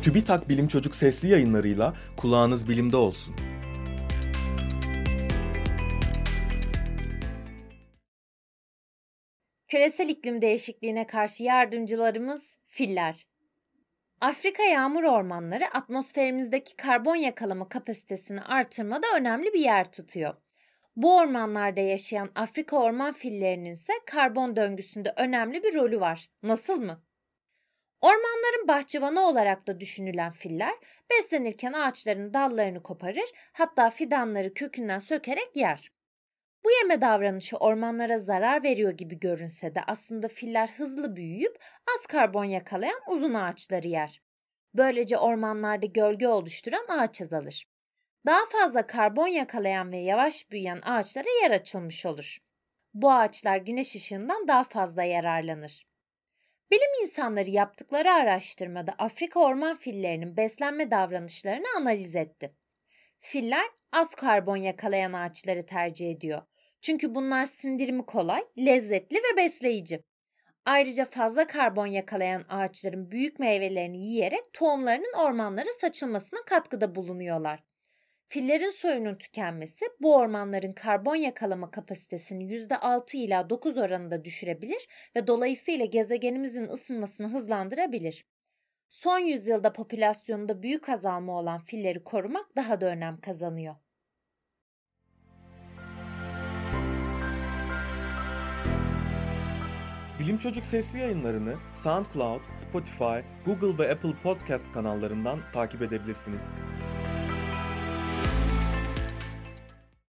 TÜBİTAK Bilim Çocuk sesli yayınlarıyla kulağınız bilimde olsun. Küresel iklim değişikliğine karşı yardımcılarımız filler. Afrika yağmur ormanları atmosferimizdeki karbon yakalama kapasitesini artırmada önemli bir yer tutuyor. Bu ormanlarda yaşayan Afrika orman fillerinin ise karbon döngüsünde önemli bir rolü var. Nasıl mı? Ormanların bahçıvanı olarak da düşünülen filler beslenirken ağaçların dallarını koparır, hatta fidanları kökünden sökerek yer. Bu yeme davranışı ormanlara zarar veriyor gibi görünse de aslında filler hızlı büyüyüp az karbon yakalayan uzun ağaçları yer. Böylece ormanlarda gölge oluşturan ağaç azalır. Daha fazla karbon yakalayan ve yavaş büyüyen ağaçlara yer açılmış olur. Bu ağaçlar güneş ışığından daha fazla yararlanır. Bilim insanları yaptıkları araştırmada Afrika orman fillerinin beslenme davranışlarını analiz etti. Filler az karbon yakalayan ağaçları tercih ediyor. Çünkü bunlar sindirimi kolay, lezzetli ve besleyici. Ayrıca fazla karbon yakalayan ağaçların büyük meyvelerini yiyerek tohumlarının ormanlara saçılmasına katkıda bulunuyorlar. Fillerin soyunun tükenmesi bu ormanların karbon yakalama kapasitesini %6 ila 9 oranında düşürebilir ve dolayısıyla gezegenimizin ısınmasını hızlandırabilir. Son yüzyılda popülasyonunda büyük azalma olan filleri korumak daha da önem kazanıyor. Bilim Çocuk sesli yayınlarını SoundCloud, Spotify, Google ve Apple Podcast kanallarından takip edebilirsiniz.